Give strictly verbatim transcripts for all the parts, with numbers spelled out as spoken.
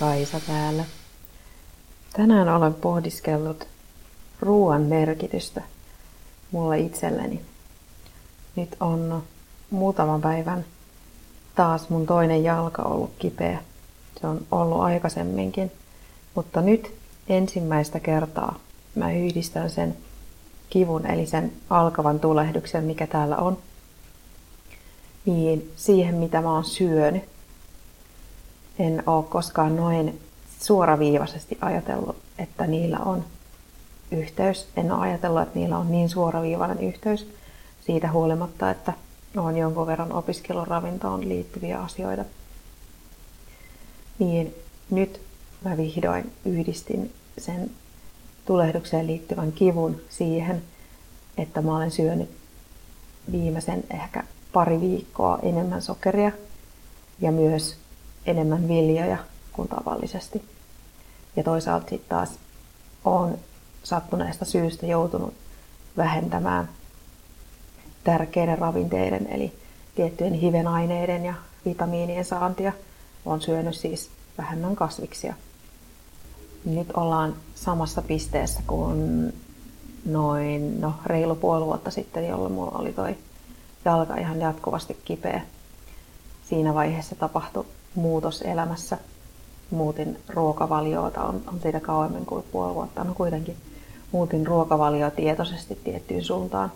Kaisa täällä. Tänään olen pohdiskellut ruoan merkitystä mulle itselleni. Nyt on muutaman päivän taas mun toinen jalka ollut kipeä. Se on ollut aikaisemminkin, mutta nyt ensimmäistä kertaa mä yhdistän sen kivun, eli sen alkavan tulehduksen, mikä täällä on, niin siihen, mitä mä oon syönyt. En ole koskaan noin suoraviivaisesti ajatellut, että niillä on yhteys. En ole ajatellut, että niillä on niin suoraviivainen yhteys siitä huolimatta, että olen jonkun verran opiskellut ravintoon liittyviä asioita. Niin nyt mä vihdoin yhdistin sen tulehdukseen liittyvän kivun siihen, että mä olen syönyt viimeisen ehkä pari viikkoa enemmän sokeria ja myös enemmän viljoja kuin tavallisesti. Ja toisaalta sitten taas olen sattuneesta syystä joutunut vähentämään tärkeiden ravinteiden eli tiettyjen hivenaineiden ja vitamiinien saantia. Olen syönyt siis vähemmän kasviksia. Nyt ollaan samassa pisteessä kuin noin no, reilu puoli vuotta sitten, jolloin mulla oli toi jalka ihan jatkuvasti kipeä. Siinä vaiheessa tapahtui muutos elämässä. Muutin ruokavalioita, on, on siitä kauemmin kuin puoli vuotta, no kuitenkin muutin ruokavalioa tietoisesti tiettyyn suuntaan.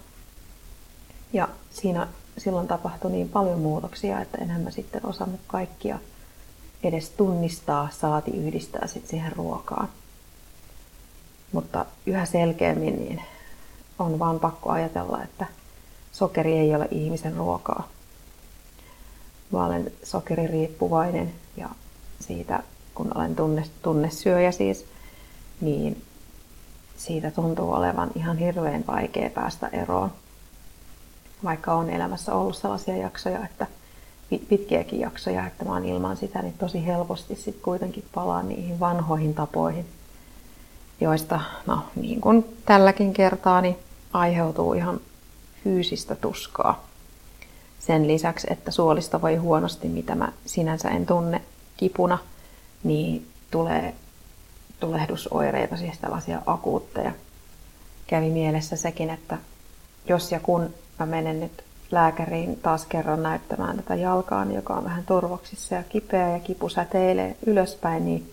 Ja siinä silloin tapahtui niin paljon muutoksia, että enhän mä sitten osannut kaikkia edes tunnistaa, saati yhdistää sit siihen ruokaan. Mutta yhä selkeämmin niin on vaan pakko ajatella, että sokeri ei ole ihmisen ruokaa. Mä olen sokeririippuvainen ja siitä, kun olen tunne, tunnesyöjä siis, niin siitä tuntuu olevan ihan hirveän vaikea päästä eroon. Vaikka on elämässä ollut sellaisia jaksoja, että pitkiäkin jaksoja, että mä oon ilman sitä niin tosi helposti sit kuitenkin palaan niihin vanhoihin tapoihin, joista, no niin kuin tälläkin kertaa, niin aiheutuu ihan fyysistä tuskaa. Sen lisäksi, että suolista voi huonosti, mitä mä sinänsä en tunne kipuna, niin tulee tulehdusoireita, siis tällaisia akuutteja. Kävi mielessä sekin, että jos ja kun mä menen nyt lääkäriin taas kerran näyttämään tätä jalkaani, joka on vähän turvoksissa ja kipeä ja kipu säteilee ylöspäin, niin,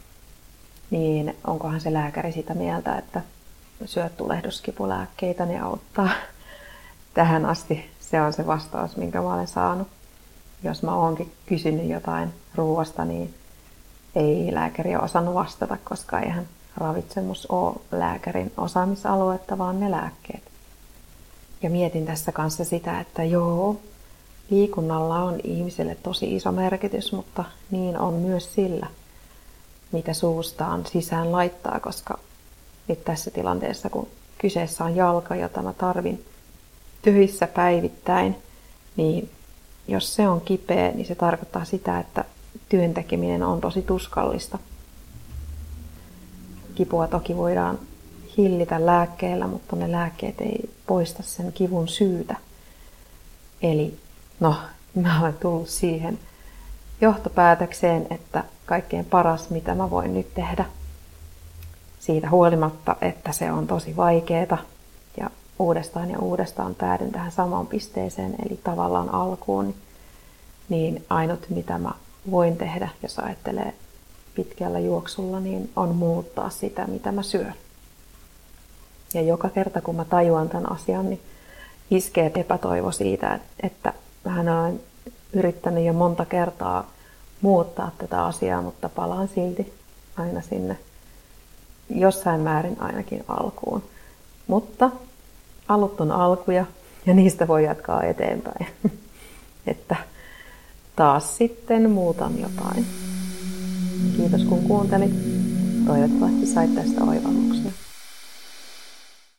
niin onkohan se lääkäri sitä mieltä, että syöt tulehduskipulääkkeitä, ne auttaa. Tähän asti se on se vastaus, minkä mä olen saanut. Jos mä oonkin kysynyt jotain ruoasta, niin ei lääkäri ole osannut vastata, koska eihän ravitsemus ole lääkärin osaamisaluetta, vaan ne lääkkeet. Ja mietin tässä kanssa sitä, että joo, liikunnalla on ihmiselle tosi iso merkitys, mutta niin on myös sillä, mitä suustaan sisään laittaa, koska nyt tässä tilanteessa, kun kyseessä on jalka, jota mä tarvin töissä päivittäin, niin jos se on kipeä, niin se tarkoittaa sitä, että työn tekeminen on tosi tuskallista. Kipua toki voidaan hillitä lääkkeellä, mutta ne lääkkeet ei poista sen kivun syytä. Eli no, mä olen tullut siihen johtopäätökseen, että kaikkein paras, mitä mä voin nyt tehdä, siitä huolimatta, että se on tosi vaikeeta, ja uudestaan ja uudestaan päädyn tähän samaan pisteeseen, eli tavallaan alkuun, niin ainut mitä mä voin tehdä, jos ajattelee pitkällä juoksulla, niin on muuttaa sitä, mitä mä syön. Ja joka kerta, kun mä tajuan tämän asian, niin iskee epätoivo siitä, että vähän olen yrittänyt jo monta kertaa muuttaa tätä asiaa, mutta palaan silti aina sinne jossain määrin ainakin alkuun. Mutta alut on alkuja ja niistä voi jatkaa eteenpäin. Että taas sitten muutan jotain. Kiitos kun kuuntelit. Toivottavasti sait tästä oivalluksen.